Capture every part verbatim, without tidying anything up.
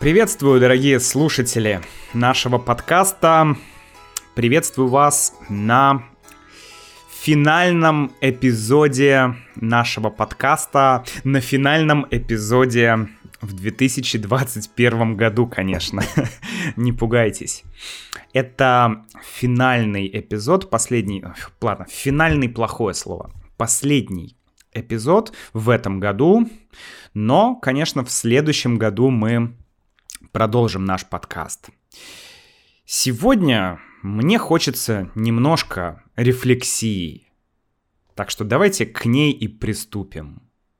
Приветствую, дорогие слушатели нашего подкаста. Приветствую вас на финальном эпизоде нашего подкаста, на финальном эпизоде в две тысячи двадцать первом году, конечно. Не пугайтесь. Это финальный эпизод, последний, ладно, финальный плохое слово, последний эпизод в этом году, но, конечно, в следующем году мы продолжим наш подкаст. Сегодня мне хочется немножко рефлексии, так что давайте к ней и приступим.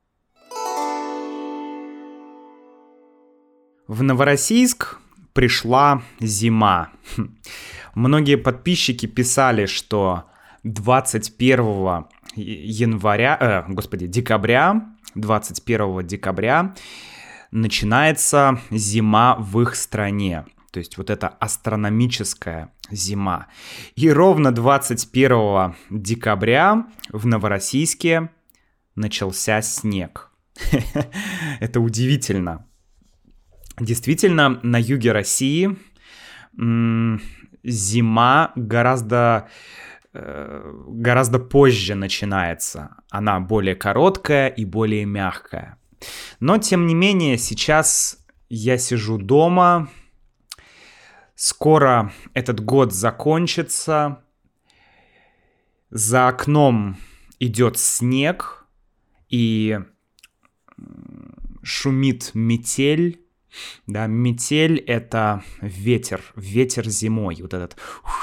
В Новороссийск пришла зима. Многие подписчики писали, что двадцать первого января, э, господи, декабря, двадцать первого декабря начинается зима в их стране. То есть вот эта астрономическая зима. И ровно двадцать первого декабря в Новороссийске начался снег. Это удивительно. Действительно, на юге России м- зима гораздо, э- гораздо позже начинается. Она более короткая и более мягкая. Но, тем не менее, сейчас я сижу дома. Скоро этот год закончится. За окном идет снег и шумит метель. Да, метель — это ветер, ветер зимой. Вот этот.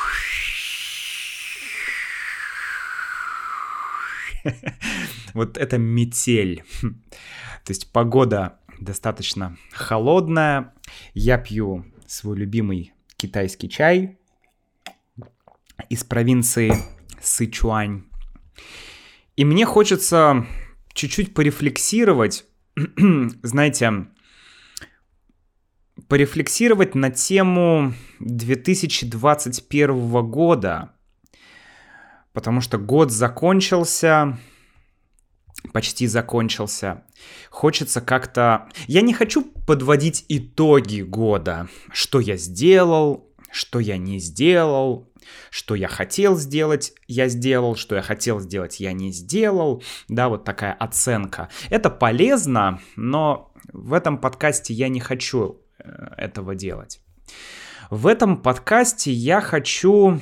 Вот это метель. То есть погода достаточно холодная. Я пью свой любимый китайский чай из провинции Сычуань. И мне хочется чуть-чуть порефлексировать, знаете, порефлексировать на тему две тысячи двадцать первого года, потому что год закончился, почти закончился. Хочется как-то... Я не хочу подводить итоги года, что я сделал, что я не сделал, что я хотел сделать, я сделал, что я хотел сделать, я не сделал. Да, вот такая оценка. Это полезно, но в этом подкасте я не хочу этого делать. В этом подкасте я хочу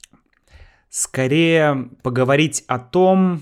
скорее поговорить о том,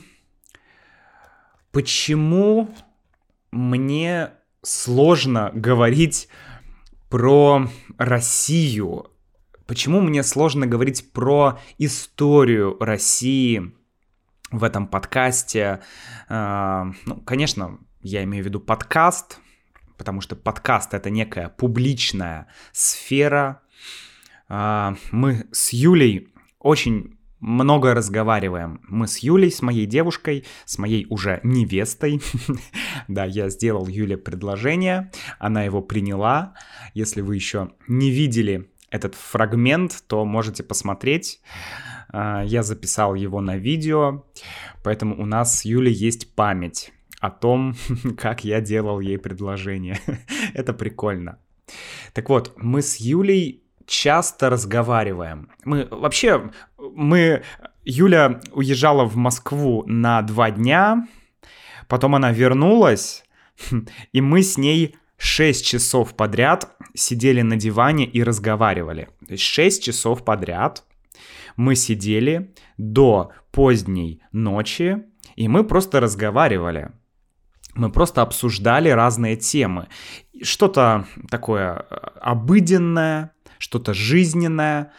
почему мне сложно говорить про Россию, почему мне сложно говорить про историю России в этом подкасте. Ну, конечно, я имею в виду подкаст, потому что подкаст — это некая публичная сфера. Мы с Юлей очень много разговариваем. Мы с Юлей, с моей девушкой, с моей уже невестой. Да, я сделал Юле предложение, она его приняла. Если вы еще не видели этот фрагмент, то можете посмотреть. Я записал его на видео, поэтому у нас с Юлей есть память о том, как я делал ей предложение. Это прикольно. Так вот, мы с Юлей часто разговариваем. Мы вообще, мы, Юля уезжала в Москву на два дня, потом она вернулась, и мы с ней шесть часов подряд сидели на диване и разговаривали. То есть шесть часов подряд мы сидели до поздней ночи, и мы просто разговаривали. Мы просто обсуждали разные темы. Что-то такое обыденное, что-то жизненное,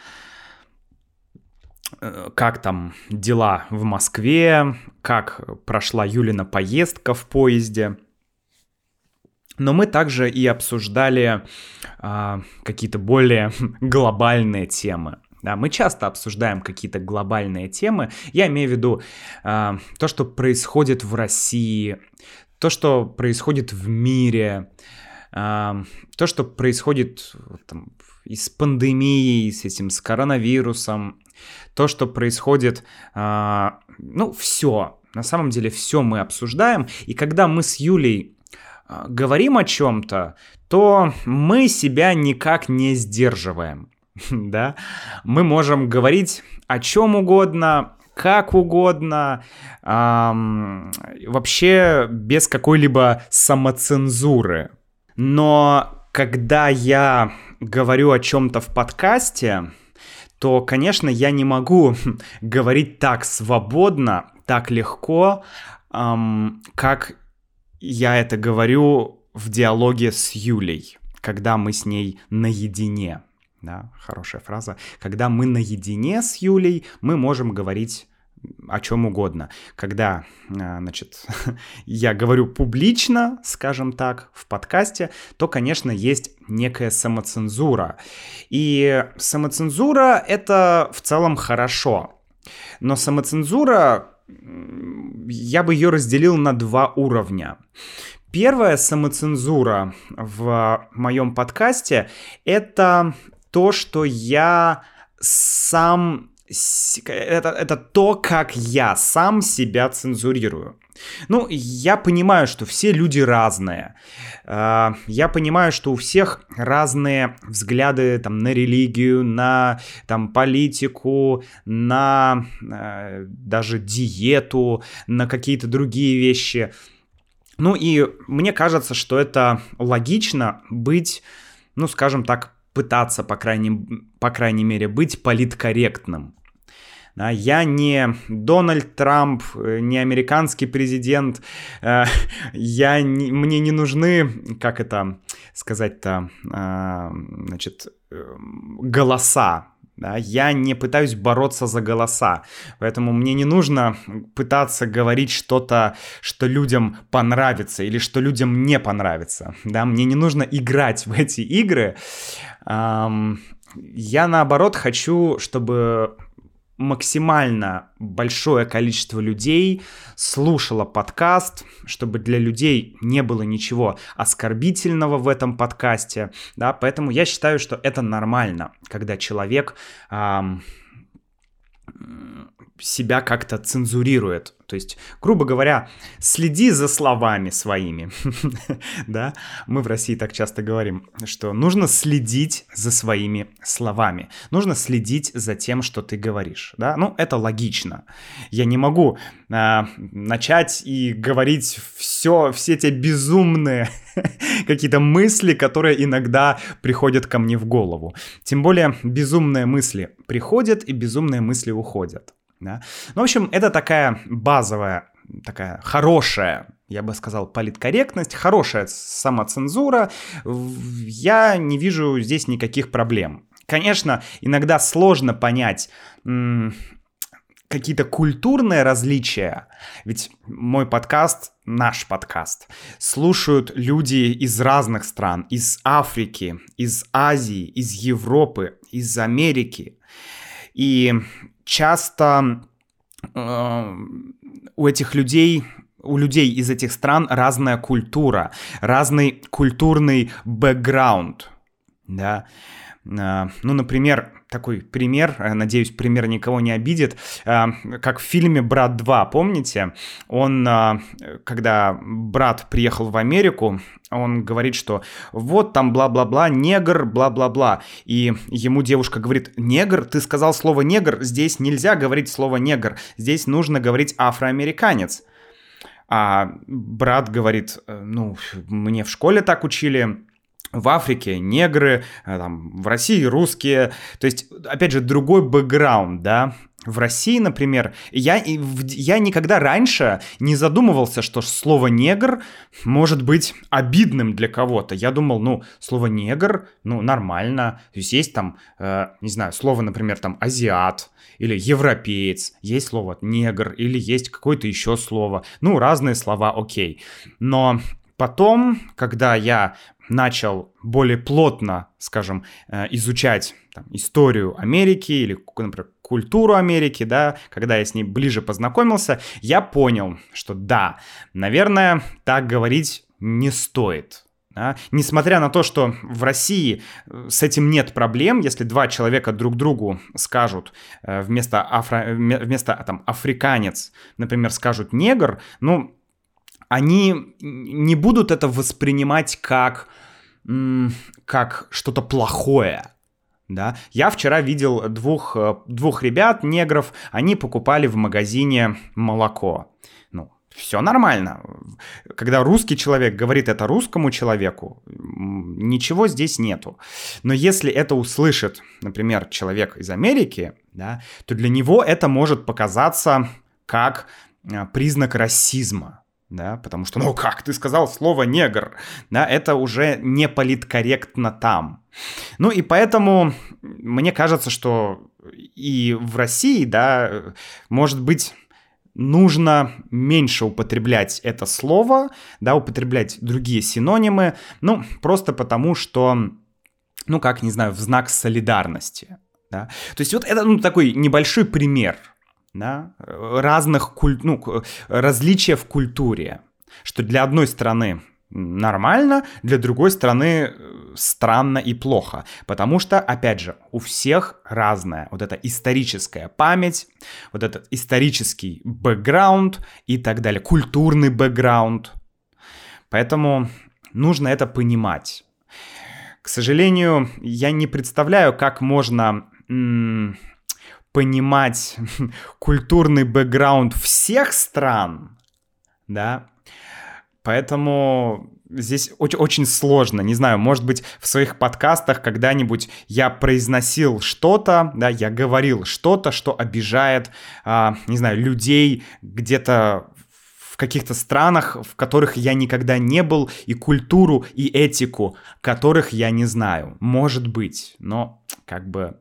как там дела в Москве, как прошла Юлина поездка в поезде. Но мы также и обсуждали а, какие-то более глобальные темы. Да, мы часто обсуждаем какие-то глобальные темы. Я имею в виду а, то, что происходит в России, то, что происходит в мире, а, то, что происходит там, и с пандемией, с этим, с коронавирусом, то, что происходит, а, ну, все. На самом деле все мы обсуждаем. И когда мы с Юлей говорим о чем-то, то мы себя никак не сдерживаем, да? Мы можем говорить о чем угодно, как угодно, эм, вообще без какой-либо самоцензуры. Но когда я говорю о чем-то в подкасте, то, конечно, я не могу говорить так свободно, так легко, эм, как я это говорю в диалоге с Юлей, когда мы с ней наедине. Да, хорошая фраза. Когда мы наедине с Юлей, мы можем говорить о чем угодно. Когда, значит, я говорю публично, скажем так, в подкасте, то, конечно, есть некая самоцензура. И самоцензура — это в целом хорошо. Но самоцензура, я бы ее разделил на два уровня. Первая самоцензура в моем подкасте — это то, что я сам... Это, это то, как я сам себя цензурирую. Ну, я понимаю, что все люди разные. Я понимаю, что у всех разные взгляды там, на религию, на там, политику, на э, даже диету, на какие-то другие вещи. Ну и мне кажется, что это логично быть, ну, скажем так, пытаться, по крайней, по крайней мере, быть политкорректным. Да, я не Дональд Трамп, не американский президент, э, я не, мне не нужны, как это сказать-то, э, значит, э, голоса. Да, я не пытаюсь бороться за голоса, поэтому мне не нужно пытаться говорить что-то, что людям понравится или что людям не понравится. Да, мне не нужно играть в эти игры. Эм, я, наоборот, хочу, чтобы максимально большое количество людей слушало подкаст, чтобы для людей не было ничего оскорбительного в этом подкасте, да, поэтому я считаю, что это нормально, когда человек эм, себя как-то цензурирует. То есть, грубо говоря, следи за словами своими. Да, мы в России так часто говорим, что нужно следить за своими словами. Нужно следить за тем, что ты говоришь. Да, ну, это логично. Я не могу э, начать и говорить все, все те безумные какие-то мысли, которые иногда приходят ко мне в голову. Тем более, безумные мысли приходят и безумные мысли уходят. Да? Ну, в общем, это такая базовая, такая хорошая, я бы сказал, политкорректность, хорошая самоцензура. Я не вижу здесь никаких проблем. Конечно, иногда сложно понять м- какие-то культурные различия, ведь мой подкаст, наш подкаст, слушают люди из разных стран, из Африки, из Азии, из Европы, из Америки. И часто э, у этих людей, у людей из этих стран разная культура, разный культурный бэкграунд, да. Э, ну, например, такой пример, надеюсь, пример никого не обидит, э, как в фильме «Брат два», помните? Он, э, когда брат приехал в Америку, он говорит, что вот там бла-бла-бла, негр, бла-бла-бла. И ему девушка говорит: негр, ты сказал слово негр, здесь нельзя говорить слово негр, здесь нужно говорить афроамериканец. А брат говорит: ну, мне в школе так учили, в Африке негры, там, в России русские. То есть, опять же, другой бэкграунд, да. В России, например, я, я никогда раньше не задумывался, что слово «негр» может быть обидным для кого-то. Я думал, ну, слово «негр», ну, нормально. То есть есть там, э, не знаю, слово, например, там «азиат» или «европеец». Есть слово «негр» или есть какое-то еще слово. Ну, разные слова, окей. Но потом, когда я начал более плотно, скажем, изучать там, историю Америки или, например, культуру Америки, да, когда я с ней ближе познакомился, я понял, что да, наверное, так говорить не стоит. Да? Несмотря на то, что в России с этим нет проблем, если два человека друг другу скажут вместо, афро... вместо там, африканец, например, скажут негр, ну, они не будут это воспринимать как, как что-то плохое. Да? Я вчера видел двух, двух ребят, негров, они покупали в магазине молоко. Ну, все нормально. Когда русский человек говорит это русскому человеку, ничего здесь нету. Но если это услышит, например, человек из Америки, да, то для него это может показаться как признак расизма. Да, потому что, ну как, ты сказал слово «негр», да, это уже не политкорректно там. Ну и поэтому мне кажется, что и в России, да, может быть, нужно меньше употреблять это слово, да, употреблять другие синонимы, ну, просто потому что, ну, как, не знаю, в знак солидарности, да. То есть вот это, ну, такой небольшой пример, да, разных куль... ну, различия в культуре, что для одной страны нормально, для другой страны странно и плохо, потому что, опять же, у всех разная вот эта историческая память, вот этот исторический бэкграунд и так далее, культурный бэкграунд, поэтому нужно это понимать. К сожалению, я не представляю, как можно м- понимать культурный бэкграунд всех стран, да, поэтому здесь очень, очень сложно, не знаю, может быть, в своих подкастах когда-нибудь я произносил что-то, да, я говорил что-то, что обижает, а, не знаю, людей где-то в каких-то странах, в которых я никогда не был, и культуру, и этику, которых я не знаю, может быть, но как бы...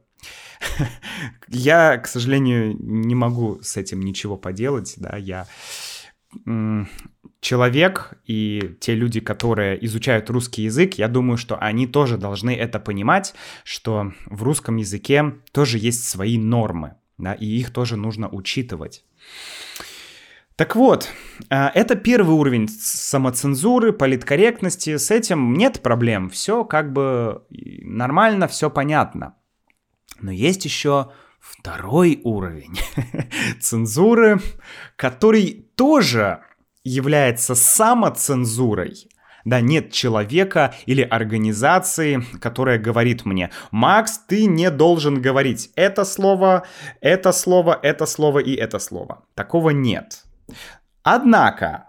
Я, к сожалению, не могу с этим ничего поделать, да, я м- человек, и те люди, которые изучают русский язык, я думаю, что они тоже должны это понимать, что в русском языке тоже есть свои нормы, да, и их тоже нужно учитывать. Так вот, это первый уровень самоцензуры, политкорректности, с этим нет проблем, все как бы нормально, все понятно. Но есть еще второй уровень цензуры, который тоже является самоцензурой. Да, нет человека или организации, которая говорит мне: Макс, ты не должен говорить это слово, это слово, это слово и это слово. Такого нет. Однако,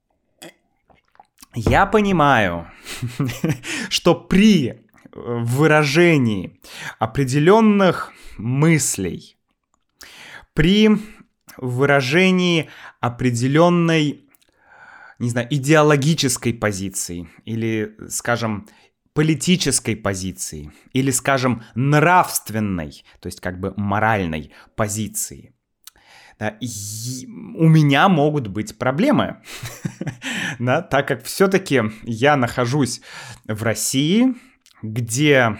я понимаю, что при выражении определенных мыслей, при выражении определенной, не знаю, идеологической позиции или, скажем, политической позиции или, скажем, нравственной, то есть как бы моральной позиции, да, у меня могут быть проблемы, да, так как все-таки я нахожусь в России, где,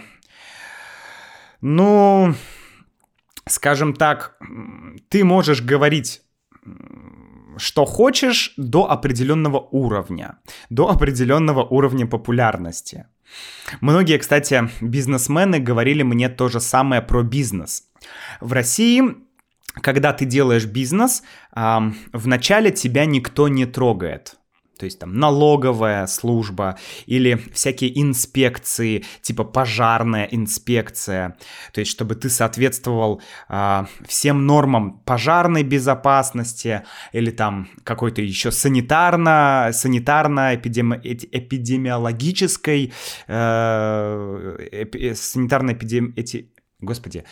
ну, скажем так, ты можешь говорить, что хочешь, до определенного уровня, до определенного уровня популярности. Многие, кстати, бизнесмены говорили мне то же самое про бизнес. В России, когда ты делаешь бизнес, вначале тебя никто не трогает. То есть там налоговая служба или всякие инспекции, типа пожарная инспекция. То есть чтобы ты соответствовал а, всем нормам пожарной безопасности или там какой-то еще санитарно, санитарно-эпидемиологической, э, эпи, санитарно-эпидемиологической, Господи,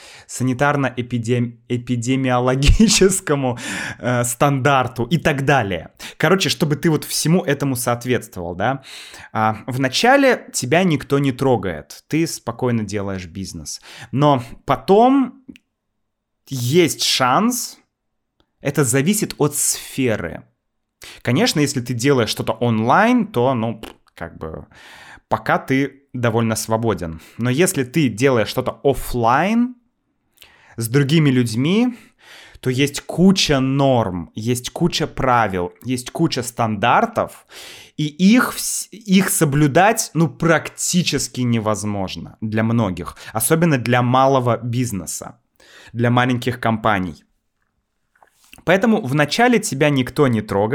санитарно-эпидемиологическому э, стандарту и так далее. Короче, чтобы ты вот всему этому соответствовал, да. А, вначале тебя никто не трогает, ты спокойно делаешь бизнес. Но потом есть шанс, это зависит от сферы. Конечно, если ты делаешь что-то онлайн, то, ну, как бы, пока ты довольно свободен. Но если ты делаешь что-то офлайн с другими людьми, то есть куча норм, есть куча правил, есть куча стандартов, и их, их соблюдать, ну, практически невозможно для многих, особенно для малого бизнеса, для маленьких компаний. Поэтому вначале тебя никто не трогает,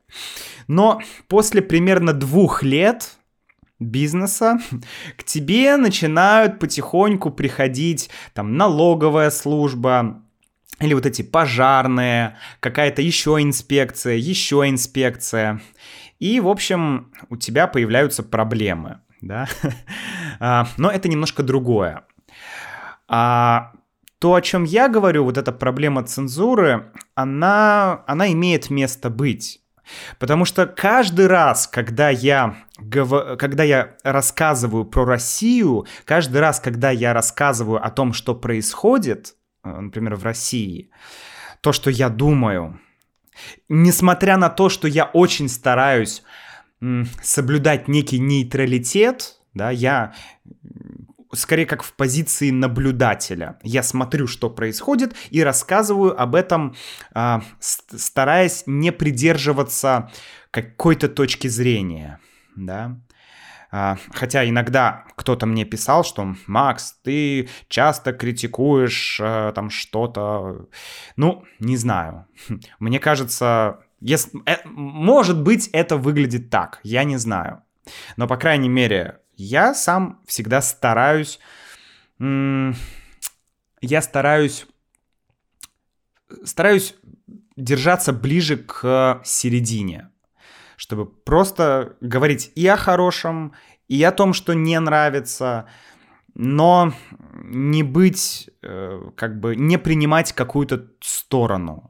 Но после примерно двух лет бизнеса к тебе начинают потихоньку приходить там налоговая служба или вот эти пожарные, какая-то еще инспекция, еще инспекция. И, в общем, у тебя появляются проблемы, да? Но это немножко другое. А то, о чем я говорю, вот эта проблема цензуры, она, она имеет место быть. Потому что каждый раз, когда я, гов... когда я рассказываю про Россию, каждый раз, когда я рассказываю о том, что происходит, например, в России, то, что я думаю, несмотря на то, что я очень стараюсь м, соблюдать некий нейтралитет, да, я скорее как в позиции наблюдателя. Я смотрю, что происходит, и рассказываю об этом, э, стараясь не придерживаться какой-то точки зрения, да. Э, хотя иногда кто-то мне писал, что «Макс, ты часто критикуешь э, там что-то». Ну, не знаю. Мне кажется, если, э, может быть, это выглядит так, я не знаю. Но, по крайней мере, я сам всегда стараюсь, м- я стараюсь, стараюсь держаться ближе к середине, чтобы просто говорить и о хорошем, и о том, что не нравится, но не быть, э, как бы, не принимать какую-то сторону.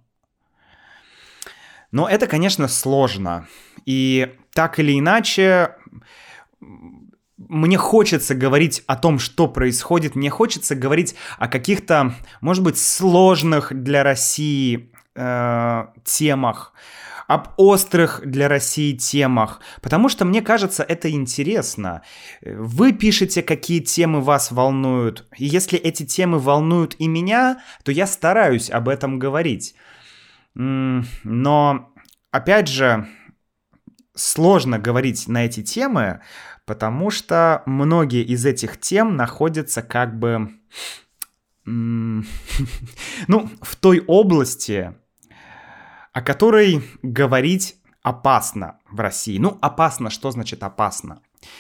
Но это, конечно, сложно, и так или иначе... Мне хочется говорить о том, что происходит, мне хочется говорить о каких-то, может быть, сложных для России э, темах, об острых для России темах, потому что, мне кажется, это интересно. Вы пишете, какие темы вас волнуют, и если эти темы волнуют и меня, то я стараюсь об этом говорить. Но, опять же, сложно говорить на эти темы, потому что многие из этих тем находятся как бы, ну, в той области, о которой говорить опасно в России. Ну, опасно, что значит опасно?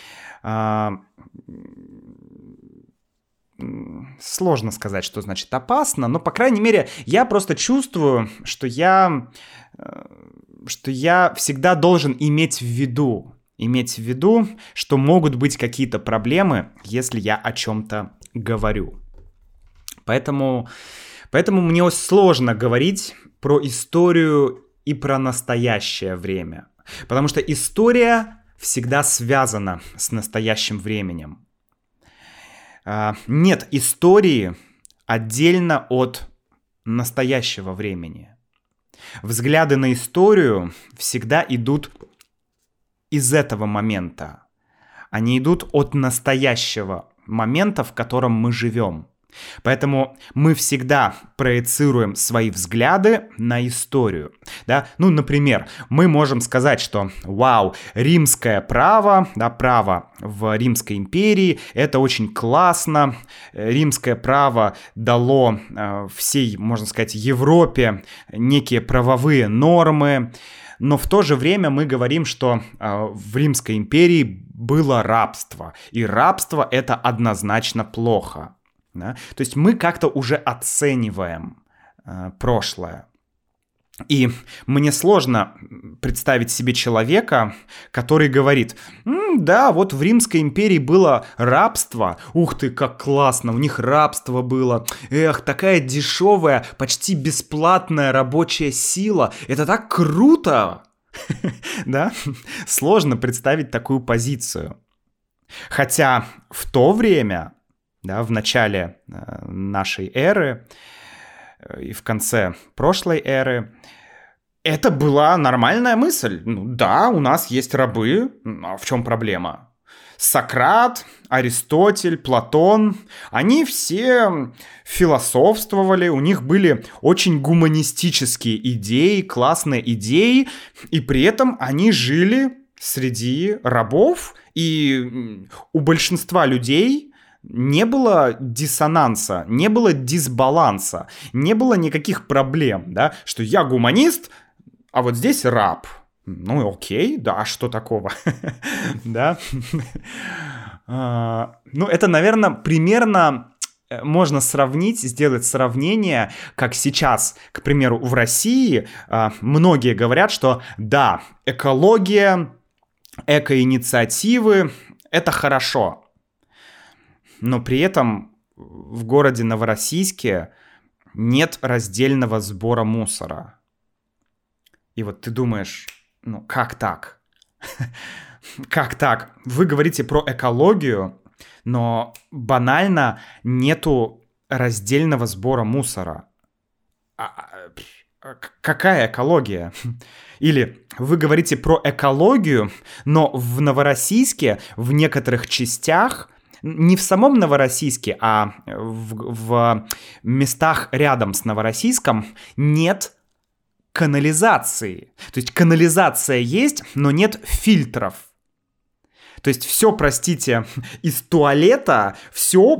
Сложно сказать, что значит опасно, но, по крайней мере, я просто чувствую, что я, что я всегда должен иметь в виду, Иметь в виду, что могут быть какие-то проблемы, если я о чем-то говорю. Поэтому, поэтому мне сложно говорить про историю и про настоящее время. Потому что история всегда связана с настоящим временем. Нет истории отдельно от настоящего времени. Взгляды на историю всегда идут из этого момента. Они идут от настоящего момента, в котором мы живем. Поэтому мы всегда проецируем свои взгляды на историю. Да? Ну, например, мы можем сказать, что вау, римское право, да, право в Римской империи, это очень классно. Римское право дало э, всей, можно сказать, Европе некие правовые нормы. Но в то же время мы говорим, что э, в Римской империи было рабство. И рабство — это однозначно плохо. Да? То есть мы как-то уже оцениваем э, прошлое. И мне сложно представить себе человека, который говорит: М, да, вот в Римской империи было рабство, ух ты, как классно, у них рабство было, эх, такая дешевая, почти бесплатная рабочая сила, это так круто, да? Сложно представить такую позицию. Хотя в то время, да, в начале нашей эры и в конце прошлой эры, это была нормальная мысль. Ну, да, у нас есть рабы, а в чем проблема? Сократ, Аристотель, Платон, они все философствовали, у них были очень гуманистические идеи, классные идеи, и при этом они жили среди рабов, и у большинства людей не было диссонанса, не было дисбаланса, не было никаких проблем, да, что я гуманист, а вот здесь раб. Ну, окей, да, а что такого? Да? Ну, это, наверное, примерно можно сравнить, сделать сравнение, как сейчас, к примеру, в России многие говорят, что да, экология, экоинициативы — это хорошо. Но при этом в городе Новороссийске нет раздельного сбора мусора. И вот ты думаешь, ну как так? Как так? Вы говорите про экологию, но банально нету раздельного сбора мусора. А, а, какая экология? Или вы говорите про экологию, но в Новороссийске в некоторых частях, не в самом Новороссийске, а в, в местах рядом с Новороссийском нет канализации. То есть канализация есть, но нет фильтров. То есть все, простите, из туалета все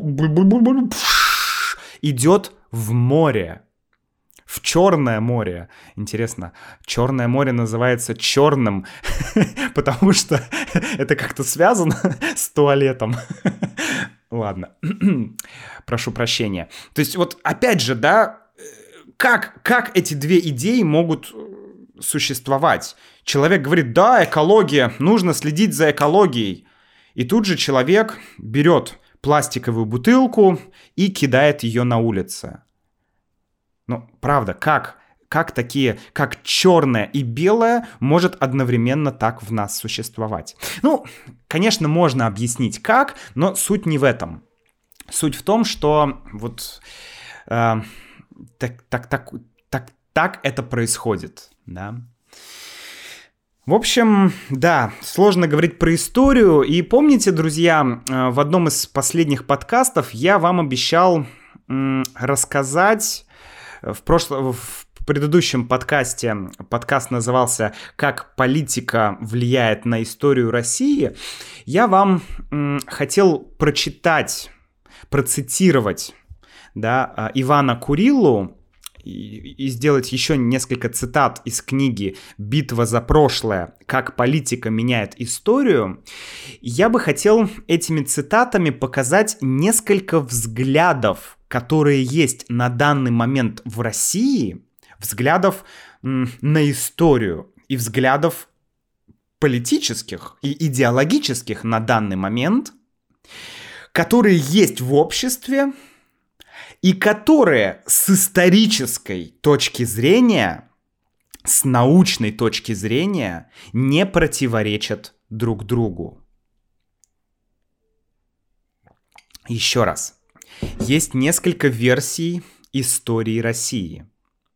идет в море. В Черное море. Интересно, Черное море называется черным, потому что это как-то связано с туалетом. Ладно, прошу прощения. То есть вот опять же, да, как, как эти две идеи могут существовать? Человек говорит, да, экология, нужно следить за экологией. И тут же человек берет пластиковую бутылку и кидает ее на улице. Ну, правда, как? Как такие, как черное и белое может одновременно так в нас существовать? Ну, конечно, можно объяснить как, но суть не в этом. Суть в том, что вот э, так, так, так, так, так это происходит, да. В общем, да, сложно говорить про историю. И помните, друзья, в одном из последних подкастов я вам обещал м, рассказать в прошлом, в предыдущем подкасте, подкаст назывался «Как политика влияет на историю России», я вам м, хотел прочитать, процитировать, да, Ивана Курилу, и сделать еще несколько цитат из книги «Битва за прошлое. Как политика меняет историю», я бы хотел этими цитатами показать несколько взглядов, которые есть на данный момент в России, взглядов м, на историю и взглядов политических и идеологических на данный момент, которые есть в обществе, и которые с исторической точки зрения, с научной точки зрения не противоречат друг другу. Еще раз. Есть несколько версий истории России.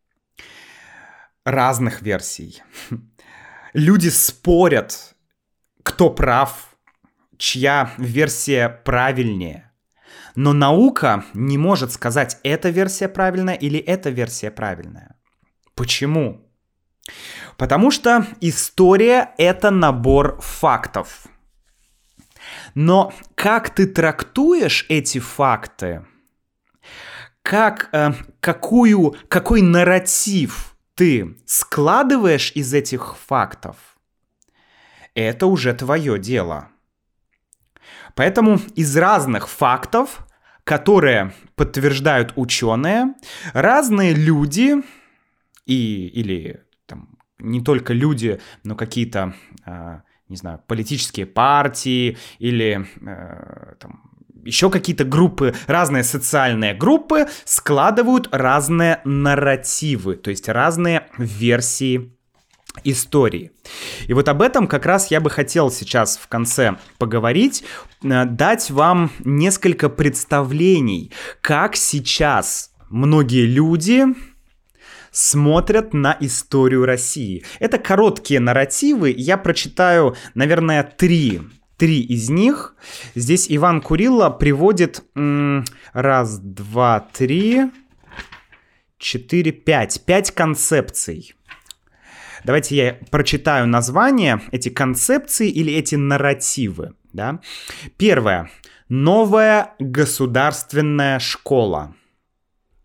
Разных версий. Люди спорят, кто прав, чья версия правильнее. Но наука не может сказать, эта версия правильная или эта версия правильная. Почему? Потому что история — это набор фактов. Но как ты трактуешь эти факты, как, э, какую, какой нарратив ты складываешь из этих фактов, это уже твое дело. Поэтому из разных фактов, которые подтверждают ученые, разные люди, и, или там, не только люди, но какие-то, э, не знаю, политические партии, или э, там, еще какие-то группы, разные социальные группы складывают разные нарративы, то есть разные версии истории. И вот об этом как раз я бы хотел сейчас в конце поговорить, дать вам несколько представлений, как сейчас многие люди смотрят на историю России. Это короткие нарративы, я прочитаю, наверное, три. Три из них. Здесь Иван Курила приводит м, раз, два, три, четыре, пять. Пять концепций. Давайте я прочитаю названия, эти концепции или эти нарративы. Да? Первое. Новая государственная школа.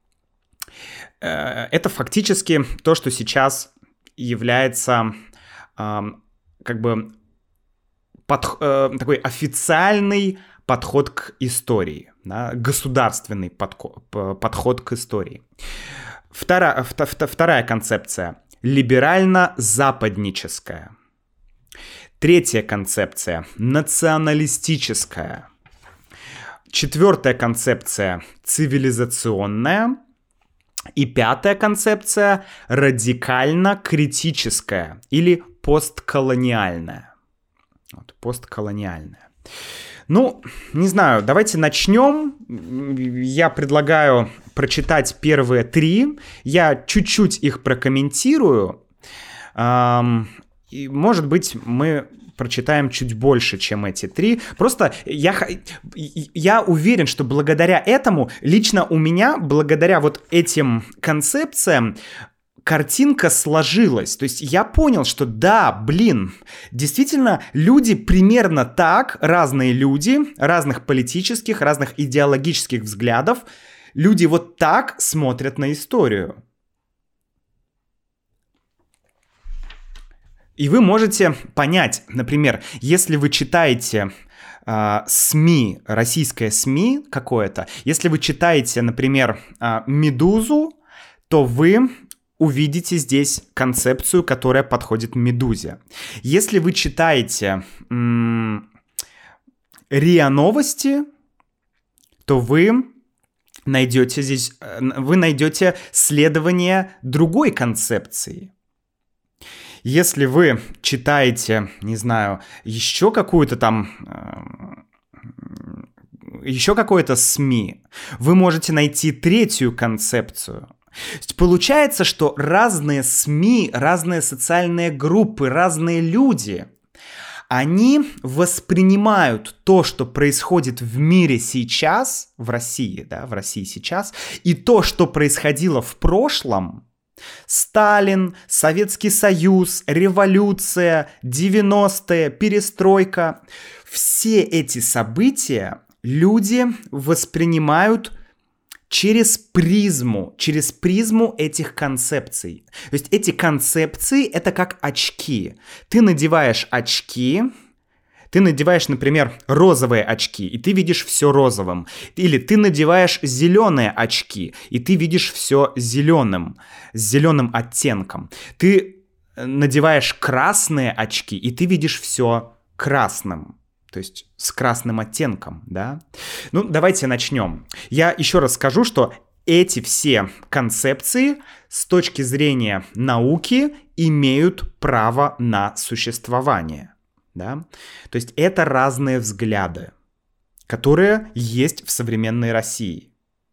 Это фактически то, что сейчас является как бы под, такой официальный подход к истории, да, государственный подход, подход к истории. Вторая, вторая концепция – либерально-западническая. Третья концепция – националистическая. Четвертая концепция – цивилизационная. И пятая концепция – радикально-критическая или постколониальная. Вот, постколониальная. Ну, не знаю, давайте начнем. Я предлагаю прочитать первые три. Я чуть-чуть их прокомментирую. И, может быть, мы прочитаем чуть больше, чем эти три. Просто я, я уверен, что благодаря этому, лично у меня, благодаря вот этим концепциям, картинка сложилась. То есть я понял, что да, блин, действительно, люди примерно так, разные люди, разных политических, разных идеологических взглядов, люди вот так смотрят на историю. И вы можете понять, например, если вы читаете э, СМИ, российское СМИ какое-то, если вы читаете, например, э, «Медузу», то вы увидите здесь концепцию, которая подходит «Медузе». Если вы читаете м- РИА Новости, то вы найдете здесь, вы найдете следование другой концепции. Если вы читаете, не знаю, еще какую-то там, еще какое-то СМИ, вы можете найти третью концепцию. То есть получается, что разные СМИ, разные социальные группы, разные люди, они воспринимают то, что происходит в мире сейчас, в России, да, в России сейчас, и то, что происходило в прошлом. Сталин, Советский Союз, революция, девяностые, перестройка. Все эти события люди воспринимают через призму, через призму этих концепций. То есть эти концепции — это как очки. Ты надеваешь очки, ты надеваешь, например, розовые очки, и ты видишь все розовым. Или ты надеваешь зеленые очки, и ты видишь все зеленым, с зеленым оттенком. Ты надеваешь красные очки, и ты видишь все красным. То есть с красным оттенком, да? Ну, давайте начнем. Я еще раз скажу, что эти все концепции с точки зрения науки имеют право на существование. Да? То есть это разные взгляды, которые есть в современной России.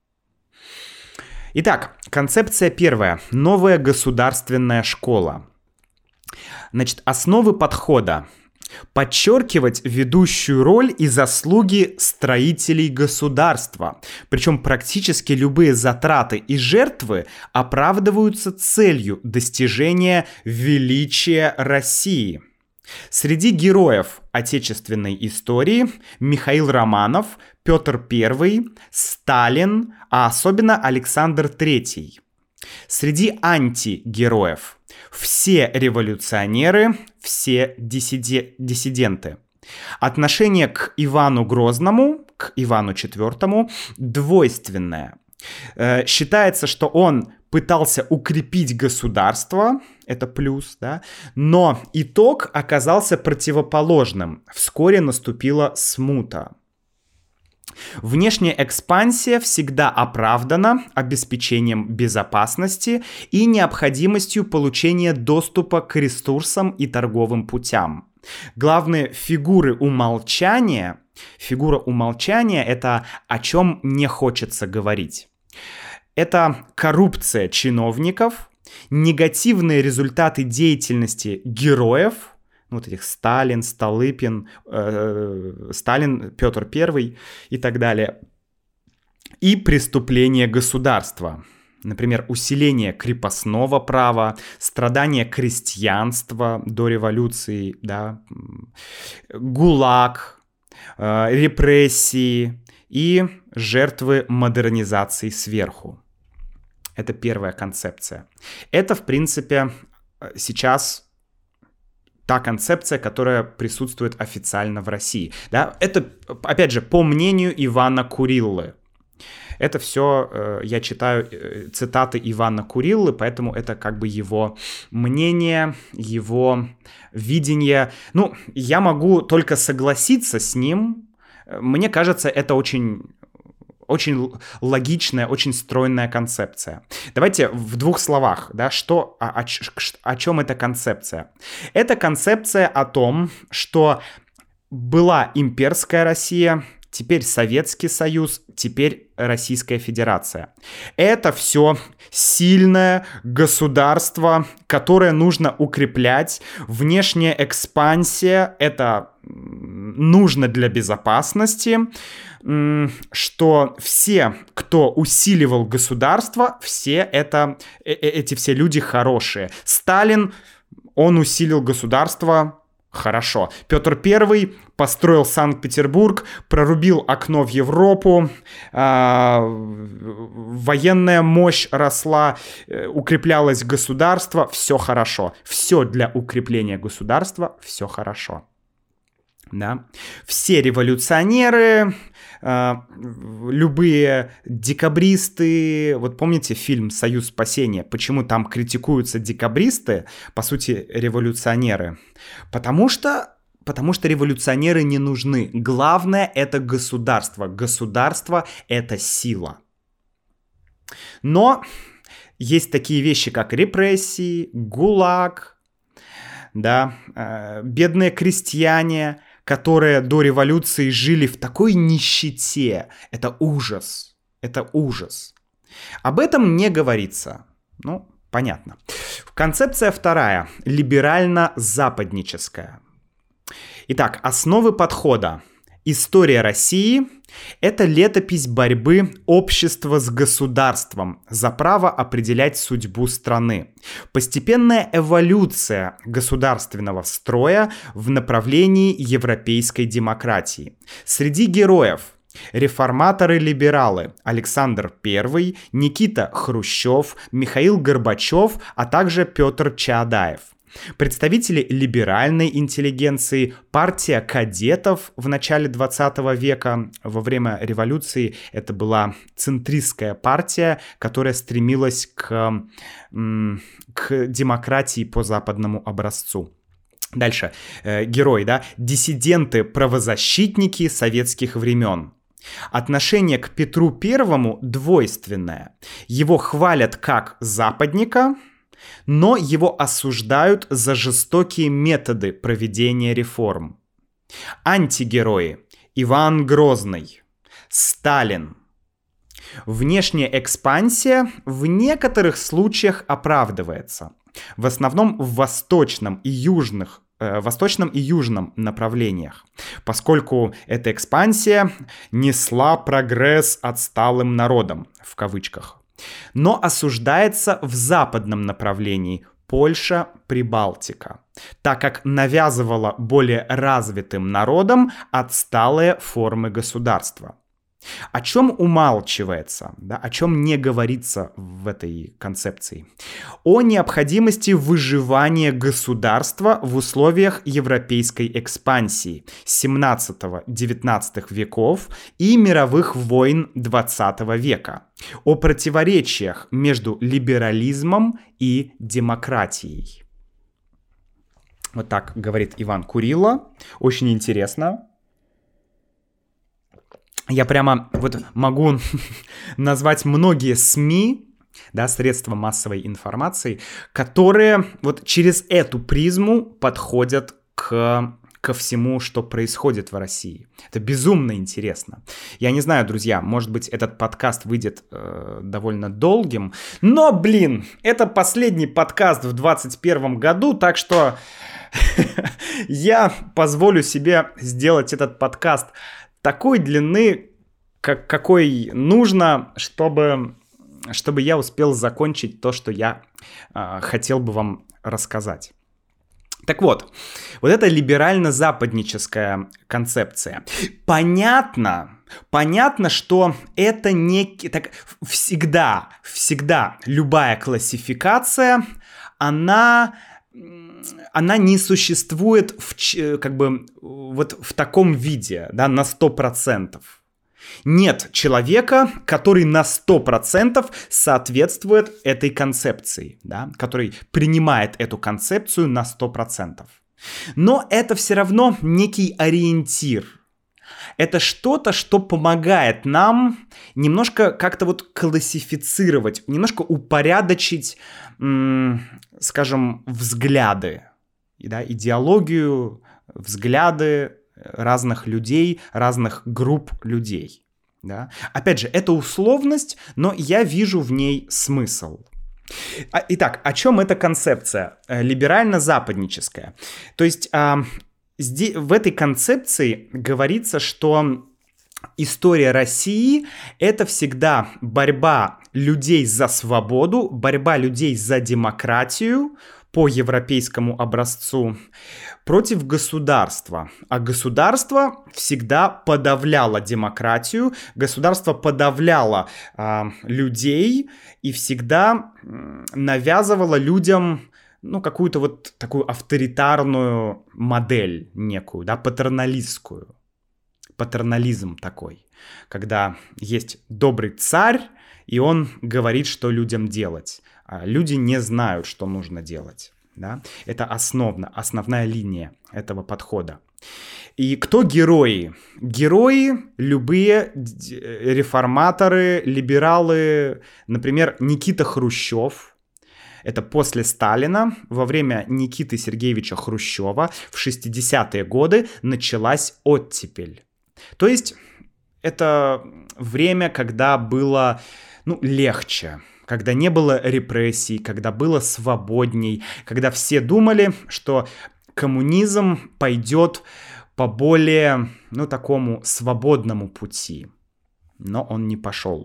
Итак, концепция первая. Новая государственная школа. Значит, основы подхода. Подчеркивать ведущую роль и заслуги строителей государства. Причем практически любые затраты и жертвы оправдываются целью достижения величия России. Среди героев отечественной истории Михаил Романов, Петр Первый, Сталин, а особенно Александр Третий. Среди антигероев все революционеры, все диссиди- диссиденты. Отношение к Ивану Грозному, к Ивану Четвертому двойственное. Э, считается, что он пытался укрепить государство, это плюс, да, но итог оказался противоположным. Вскоре наступила смута. Внешняя экспансия всегда оправдана обеспечением безопасности и необходимостью получения доступа к ресурсам и торговым путям. Главные фигуры умолчания, фигура умолчания — это о чем не хочется говорить. Это коррупция чиновников, негативные результаты деятельности героев, вот этих Сталин, Столыпин, э, Сталин, Петр Первый и так далее, и преступления государства. Например, усиление крепостного права, страдания крестьянства до революции, да, ГУЛАГ, э, репрессии и жертвы модернизации сверху. Это первая концепция. Это, в принципе, сейчас та концепция, которая присутствует официально в России. Да? Это, опять же, по мнению Ивана Куриллы. Это все э, я читаю э, цитаты Ивана Куриллы, поэтому это как бы его мнение, его видение. Ну, я могу только согласиться с ним. Мне кажется, это очень... Очень логичная, очень стройная концепция. Давайте в двух словах, да, что, о, о, о чем эта концепция? Это концепция о том, что была имперская Россия, теперь Советский Союз, теперь Российская Федерация. Это все сильное государство, которое нужно укреплять. Внешняя экспансия — это нужно для безопасности, что все, кто усиливал государство, все это, эти все люди хорошие. Сталин, он усилил государство. Хорошо. Петр Первый построил Санкт-Петербург, прорубил окно в Европу, э, военная мощь росла, э, укреплялось государство, все хорошо. Все для укрепления государства, все хорошо. Да? Все революционеры, э, любые декабристы, вот помните фильм «Союз спасения», почему там критикуются декабристы, по сути, революционеры? Потому что, потому что революционеры не нужны. Главное — это государство. Государство — это сила. Но есть такие вещи, как репрессии, ГУЛАГ, да, э, бедные крестьяне, которые до революции жили в такой нищете. Это ужас. Это ужас. Об этом не говорится. Ну, понятно. Концепция вторая. Либерально-западническая. Итак, основы подхода. История России — это летопись борьбы общества с государством за право определять судьбу страны. Постепенная эволюция государственного строя в направлении европейской демократии. Среди героев реформаторы-либералы Александр Первый, Никита Хрущев, Михаил Горбачев, а также Петр Чаадаев. Представители либеральной интеллигенции, партия кадетов в начале двадцатого века, во время революции это была центристская партия, которая стремилась к, к демократии по западному образцу. Дальше, э, герой, да, диссиденты-правозащитники советских времен. Отношение к Петру Первому двойственное. Его хвалят как западника, но его осуждают за жестокие методы проведения реформ. Антигерои: Иван Грозный, Сталин. Внешняя экспансия в некоторых случаях оправдывается. В основном в восточном и южных, э, восточном и южном направлениях, поскольку эта экспансия несла прогресс отсталым народам, в кавычках. Но осуждается в западном направлении — Польша, Прибалтика, так как навязывала более развитым народам отсталые формы государства. О чем умалчивается, да, о чем не говорится в этой концепции? О необходимости выживания государства в условиях европейской экспансии семнадцатого-девятнадцатого веков и мировых войн двадцатого века. О противоречиях между либерализмом и демократией. Вот так говорит Иван Курилла. Очень интересно. Я прямо вот могу назвать многие СМИ, да, средства массовой информации, которые вот через эту призму подходят к, ко всему, что происходит в России. Это безумно интересно. Я не знаю, друзья, может быть, этот подкаст выйдет э, довольно долгим, но, блин, это последний подкаст в двадцать первом году, так что я позволю себе сделать этот подкаст такой длины, как, какой нужно, чтобы, чтобы я успел закончить то, что я э, хотел бы вам рассказать. Так вот, вот эта либерально-западническая концепция. Понятно, понятно, что это не... Так, всегда, всегда любая классификация, она она не существует в, как бы, вот в таком виде, да, на сто процентов. Нет человека, который на сто процентов соответствует этой концепции, да, который принимает эту концепцию на сто процентов. Но это все равно некий ориентир. Это что-то, что помогает нам немножко как-то вот классифицировать, немножко упорядочить, м- скажем, взгляды, да, идеологию, взгляды разных людей, разных групп людей. Да. Опять же, это условность, но я вижу в ней смысл. Итак, о чем эта концепция? Либерально-западническая. То есть здесь, в этой концепции говорится, что история России — это всегда борьба людей за свободу, борьба людей за демократию по европейскому образцу против государства. А государство всегда подавляло демократию, государство подавляло э, людей и всегда навязывало людям, ну, какую-то вот такую авторитарную модель некую, да, патерналистскую. Патернализм такой, когда есть добрый царь, и он говорит, что людям делать. А люди не знают, что нужно делать. Да? Это основно, основная линия этого подхода. И кто герои? Герои — любые реформаторы, либералы, например, Никита Хрущев. Это после Сталина, во время Никиты Сергеевича Хрущева в шестидесятые годы началась оттепель. То есть это время, когда было, ну, легче, когда не было репрессий, когда было свободней, когда все думали, что коммунизм пойдет по более, ну, такому свободному пути. Но он не пошел.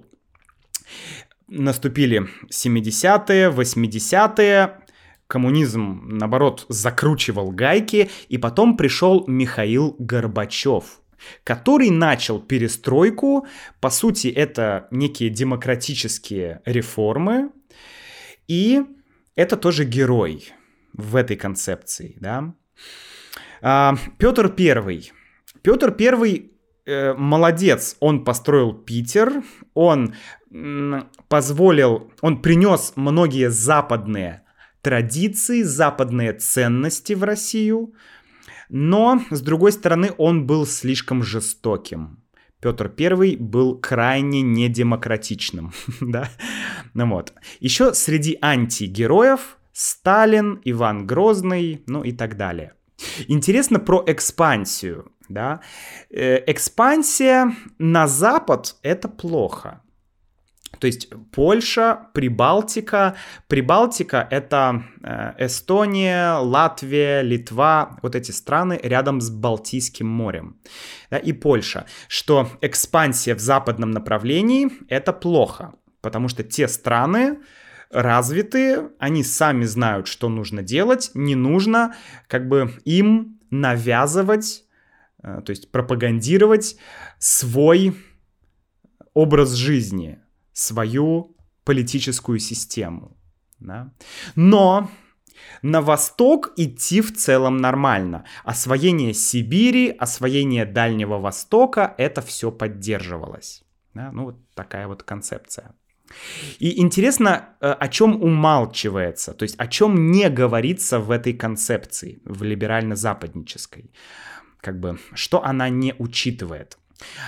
Наступили семидесятые, восьмидесятые, коммунизм, наоборот, закручивал гайки, и потом пришел Михаил Горбачев, который начал перестройку. По сути, это некие демократические реформы, и это тоже герой в этой концепции, да. А, Петр Первый. Петр Первый э, молодец, он построил Питер, он м, позволил, он принес многие западные традиции, западные ценности в Россию. Но, с другой стороны, он был слишком жестоким. Петр Первый был крайне недемократичным. Да? Ну вот. Еще среди антигероев Сталин, Иван Грозный, ну и так далее. Интересно про экспансию. Да? Экспансия на Запад — это плохо. То есть Польша, Прибалтика. Прибалтика — это Эстония, Латвия, Литва, вот эти страны рядом с Балтийским морем. Да, и Польша. Что экспансия в западном направлении — это плохо, потому что те страны развитые, они сами знают, что нужно делать, не нужно как бы им навязывать, то есть пропагандировать свой образ жизни, свою политическую систему. Да? Но на восток идти в целом нормально. Освоение Сибири, освоение Дальнего Востока — это все поддерживалось. Да? Ну, вот такая вот концепция. И интересно, о чем умалчивается, то есть о чем не говорится в этой концепции, в либерально-западнической. Как бы, что она не учитывает.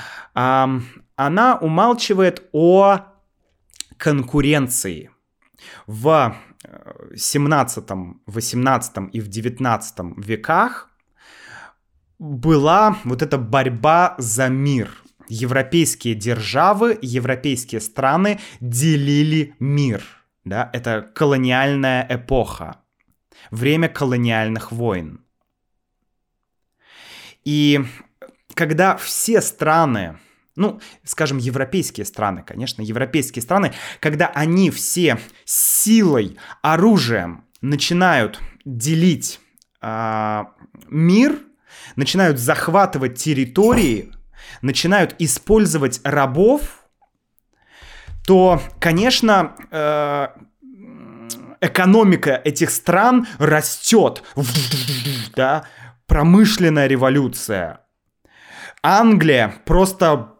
Она умалчивает о конкуренции. В семнадцатом, восемнадцатом и в девятнадцатом веках была вот эта борьба за мир. Европейские державы, европейские страны делили мир. Да? Это колониальная эпоха. Время колониальных войн. И когда все страны, ну, скажем, европейские страны, конечно, европейские страны, когда они все силой, оружием начинают делить э, мир, начинают захватывать территории, начинают использовать рабов, то, конечно, э, экономика этих стран растет, да, промышленная революция. Англия просто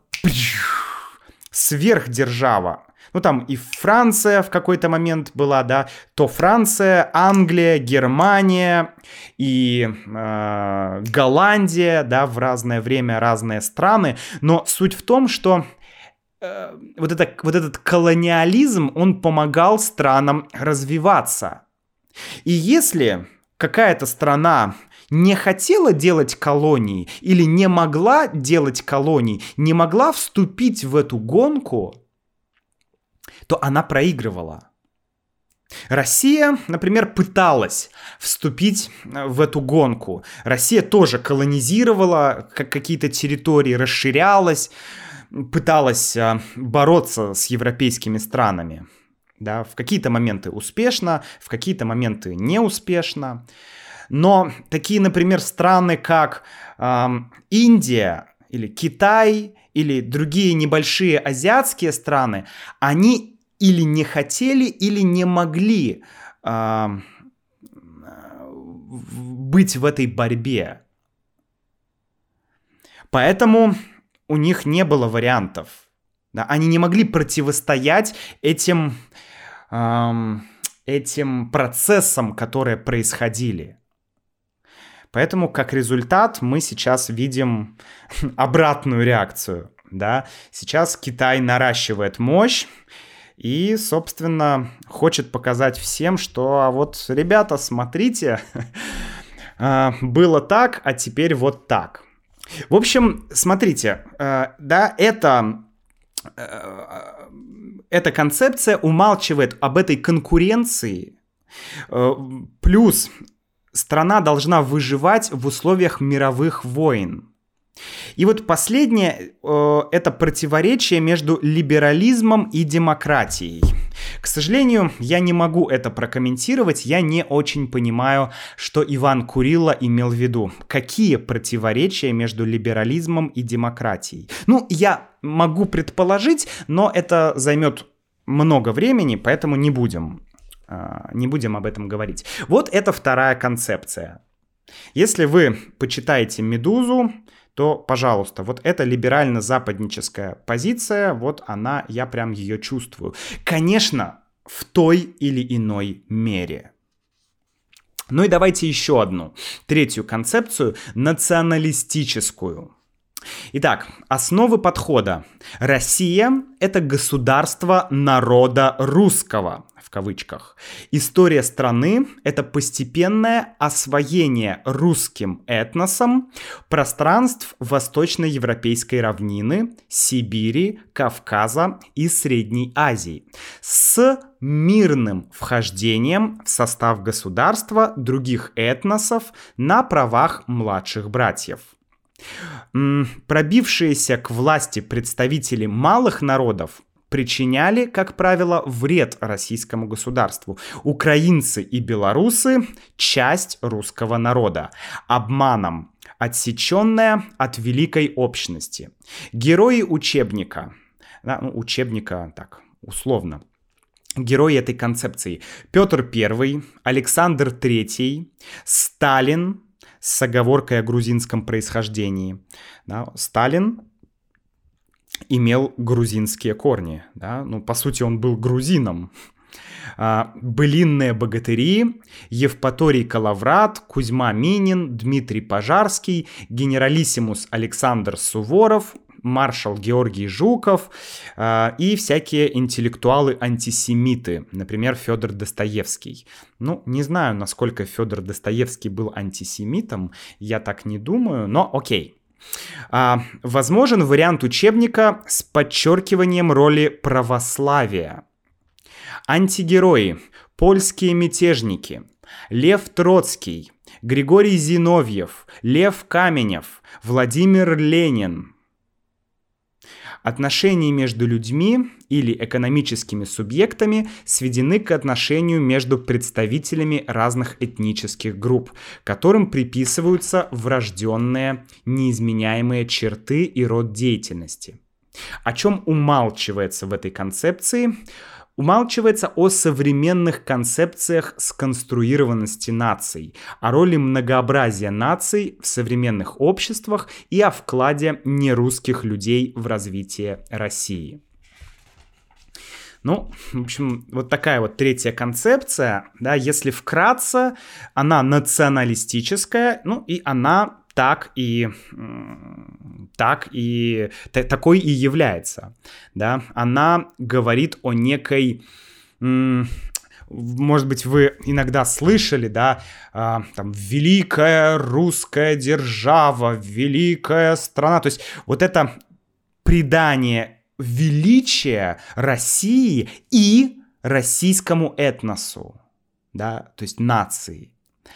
сверхдержава. Ну, там и Франция в какой-то момент была, да, то Франция, Англия, Германия и э, Голландия, да, в разное время разные страны. Но суть в том, что э, вот, это, вот этот колониализм, он помогал странам развиваться. И если какая-то страна не хотела делать колонии или не могла делать колонии, не могла вступить в эту гонку, то она проигрывала. Россия, например, пыталась вступить в эту гонку. Россия тоже колонизировала какие-то территории, расширялась, пыталась бороться с европейскими странами. Да, в какие-то моменты успешно, в какие-то моменты неуспешно. Но такие, например, страны, как э, Индия или Китай или другие небольшие азиатские страны, они или не хотели, или не могли э, быть в этой борьбе. Поэтому у них не было вариантов. Да? Они не могли противостоять этим, э, этим процессам, которые происходили. Поэтому, как результат, мы сейчас видим обратную реакцию. Да? Сейчас Китай наращивает мощь и, собственно, хочет показать всем, что а вот, ребята, смотрите, было так, а теперь вот так. В общем, смотрите, да, это, эта концепция умалчивает об этой конкуренции, плюс страна должна выживать в условиях мировых войн. И вот последнее э, — это противоречие между либерализмом и демократией. К сожалению, я не могу это прокомментировать, я не очень понимаю, что Иван Курило имел в виду. Какие противоречия между либерализмом и демократией? Ну, я могу предположить, но это займет много времени, поэтому не будем, э, не будем об этом говорить. Вот это вторая концепция. Если вы почитаете «Медузу», то, пожалуйста, вот эта либерально-западническая позиция, вот она, я прям ее чувствую. Конечно, в той или иной мере. Ну и давайте еще одну, третью концепцию, националистическую. Итак, основы подхода. Россия — это государство народа русского, в кавычках. История страны — это постепенное освоение русским этносом пространств Восточноевропейской равнины, Сибири, Кавказа и Средней Азии с мирным вхождением в состав государства других этносов на правах младших братьев. Пробившиеся к власти представители малых народов причиняли, как правило, вред российскому государству. Украинцы и белорусы — часть русского народа, обманом отсеченная от великой общности. Герои учебника, да, ну, учебника так, условно, герои этой концепции: Петр Первый, Александр Третий, Сталин, с оговоркой о грузинском происхождении. Да, Сталин имел грузинские корни. Да? Ну, по сути, он был грузином. А, былинные богатыри: Евпаторий Калаврат, Кузьма Минин, Дмитрий Пожарский, генералиссимус Александр Суворов, маршал Георгий Жуков э, и всякие интеллектуалы-антисемиты, например, Федор Достоевский. Ну, не знаю, насколько Федор Достоевский был антисемитом, я так не думаю, но окей. А, возможен вариант учебника с подчеркиванием роли православия. Антигерои: польские мятежники, Лев Троцкий, Григорий Зиновьев, Лев Каменев, Владимир Ленин. Отношения между людьми или экономическими субъектами сведены к отношению между представителями разных этнических групп, которым приписываются врожденные неизменяемые черты и род деятельности. О чем умалчивается в этой концепции? Умалчивается о современных концепциях сконструированности наций, о роли многообразия наций в современных обществах и о вкладе нерусских людей в развитие России. Ну, в общем, вот такая вот третья концепция, да, если вкратце, она националистическая, ну и она так и, так и, т- такой и является, да, она говорит о некой, может быть, вы иногда слышали, да, там, великая русская держава, великая страна, то есть вот это придание величия России и российскому этносу, да, то есть нации.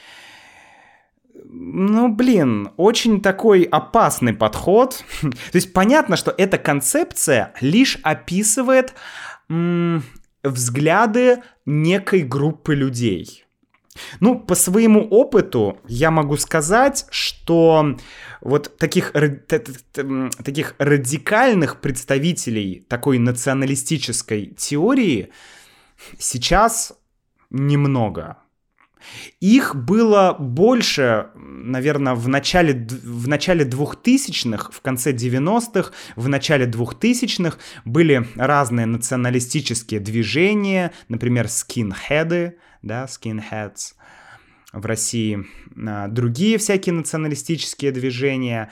Ну, блин, очень такой опасный подход. То есть понятно, что эта концепция лишь описывает м- взгляды некой группы людей. Ну, по своему опыту я могу сказать, что вот таких, таких радикальных представителей такой националистической теории сейчас немного. Их было больше, наверное, в начале, в начале двухтысячных, в конце девяностых, в начале двухтысячных были разные националистические движения, например, скинхеды, да, skinheads в России, другие всякие националистические движения.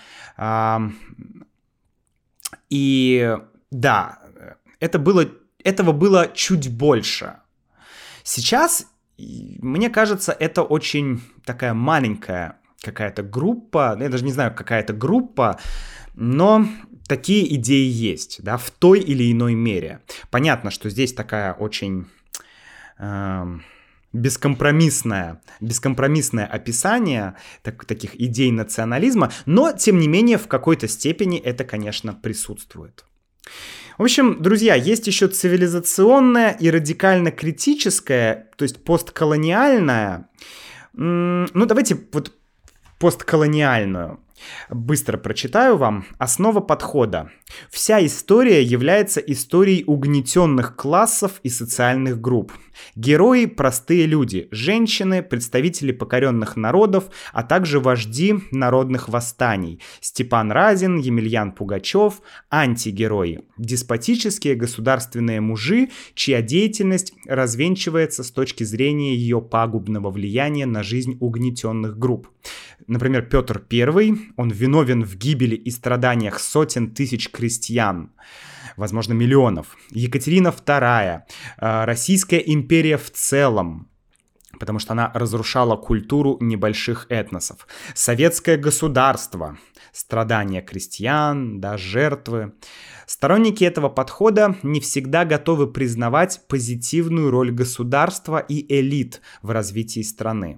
И да, это было, этого было чуть больше. Сейчас, мне кажется, это очень такая маленькая какая-то группа, я даже не знаю, какая-то группа, но такие идеи есть, да, в той или иной мере. Понятно, что здесь такая очень э, бескомпромиссное, бескомпромиссное описание так, таких идей национализма, но, тем не менее, в какой-то степени это, конечно, присутствует. В общем, друзья, есть еще цивилизационная и радикально-критическая, то есть постколониальная. Ну, давайте вот постколониальную. Быстро прочитаю вам. Основа подхода. Вся история является историей угнетенных классов и социальных групп. Герои – простые люди, женщины, представители покоренных народов, а также вожди народных восстаний. Степан Разин, Емельян Пугачев – антигерои. Деспотические государственные мужи, чья деятельность развенчивается с точки зрения ее пагубного влияния на жизнь угнетенных групп. Например, Петр Первый, он виновен в гибели и страданиях сотен тысяч крестьян, возможно, миллионов. Екатерина Вторая, Российская империя в целом, потому что она разрушала культуру небольших этносов. Советское государство, страдания крестьян, да, жертвы. Сторонники этого подхода не всегда готовы признавать позитивную роль государства и элит в развитии страны.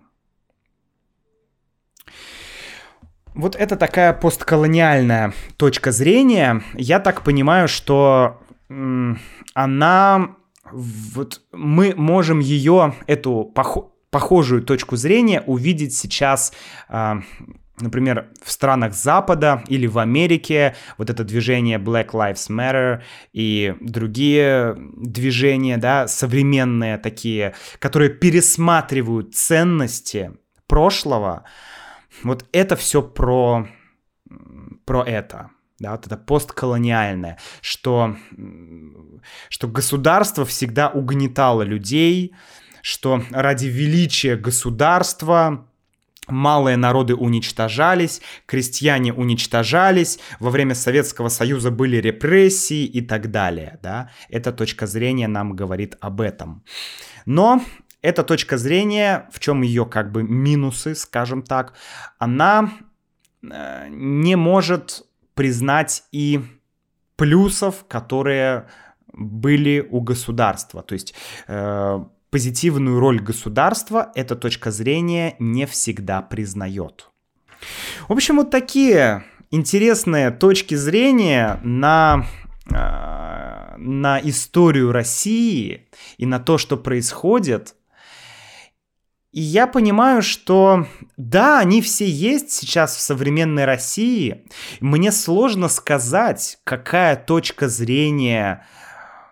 Вот это такая постколониальная точка зрения. Я так понимаю, что м, она, вот мы можем ее, эту пох- похожую точку зрения увидеть сейчас, э, например, в странах Запада или в Америке. Вот это движение Black Lives Matter и другие движения, да, современные такие, которые пересматривают ценности прошлого. Вот это все про, про это, да, вот это постколониальное, что, что государство всегда угнетало людей, что ради величия государства малые народы уничтожались, крестьяне уничтожались, во время Советского Союза были репрессии и так далее, да. Эта точка зрения нам говорит об этом. Но эта точка зрения, в чем ее как бы минусы, скажем так, она э, не может признать и плюсов, которые были у государства. То есть э, позитивную роль государства эта точка зрения не всегда признает. В общем, вот такие интересные точки зрения на... э, на историю России и на то, что происходит. И я понимаю, что да, они все есть сейчас в современной России. Мне сложно сказать, какая точка зрения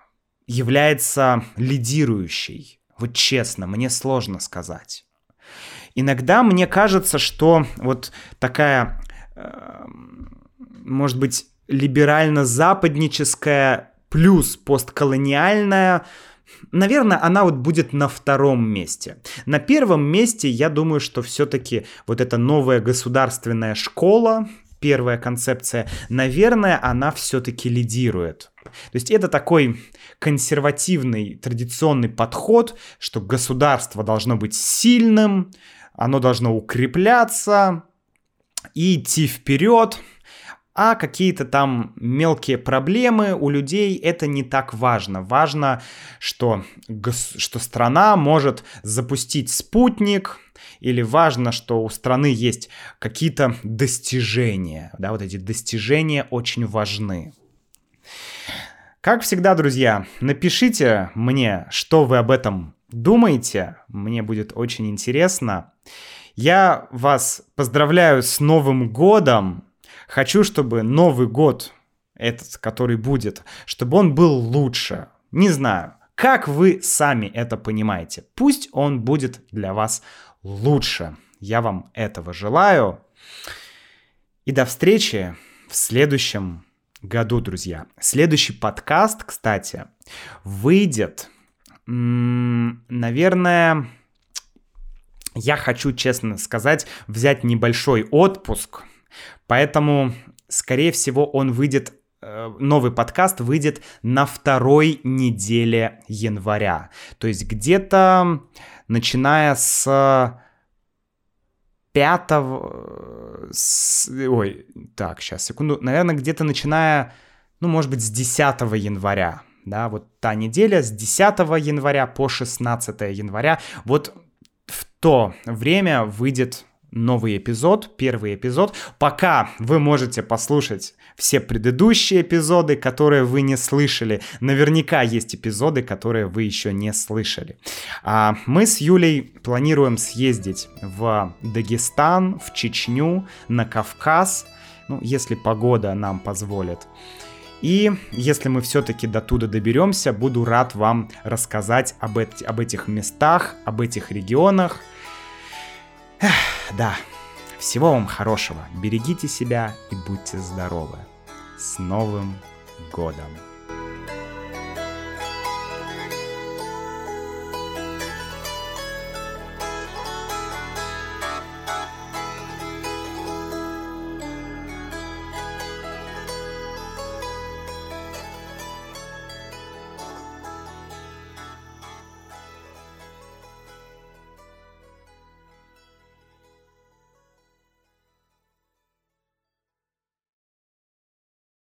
является лидирующей? Вот честно, мне сложно сказать. Иногда мне кажется, что вот такая, э, может быть, либерально-западническая плюс постколониальная, наверное, она вот будет на втором месте. На первом месте, я думаю, что все-таки вот эта новая государственная школа, первая концепция, наверное, она все-таки лидирует. То есть это такой консервативный, традиционный подход, что государство должно быть сильным, оно должно укрепляться и идти вперед, а какие-то там мелкие проблемы у людей это не так важно. Важно, что, что страна может запустить спутник, или важно, что у страны есть какие-то достижения. Да, вот эти достижения очень важны. Как всегда, друзья, напишите мне, что вы об этом думаете. Мне будет очень интересно. Я вас поздравляю с Новым годом. Хочу, чтобы Новый год, этот, который будет, чтобы он был лучше. Не знаю, как вы сами это понимаете. Пусть он будет для вас лучше. Я вам этого желаю. И до встречи в следующем году, друзья. Следующий подкаст, кстати, выйдет, м- наверное, я хочу, честно сказать, взять небольшой отпуск. Поэтому, скорее всего, он выйдет, э, новый подкаст выйдет на второй неделе января. То есть где-то начиная с пятого... С, ой, так, сейчас, секунду. Наверное, где-то начиная, ну, может быть, с десятого января. Да, вот та неделя с десятого января по шестнадцатое января. Вот в то время выйдет новый эпизод, первый эпизод. Пока вы можете послушать все предыдущие эпизоды, которые вы не слышали. Наверняка есть эпизоды, которые вы еще не слышали. А мы с Юлей планируем съездить в Дагестан, в Чечню, на Кавказ, ну, если погода нам позволит. И если мы все-таки до туда доберемся, буду рад вам рассказать об, эти, об этих местах, об этих регионах. Эх, да, всего вам хорошего. Берегите себя и будьте здоровы. С Новым годом!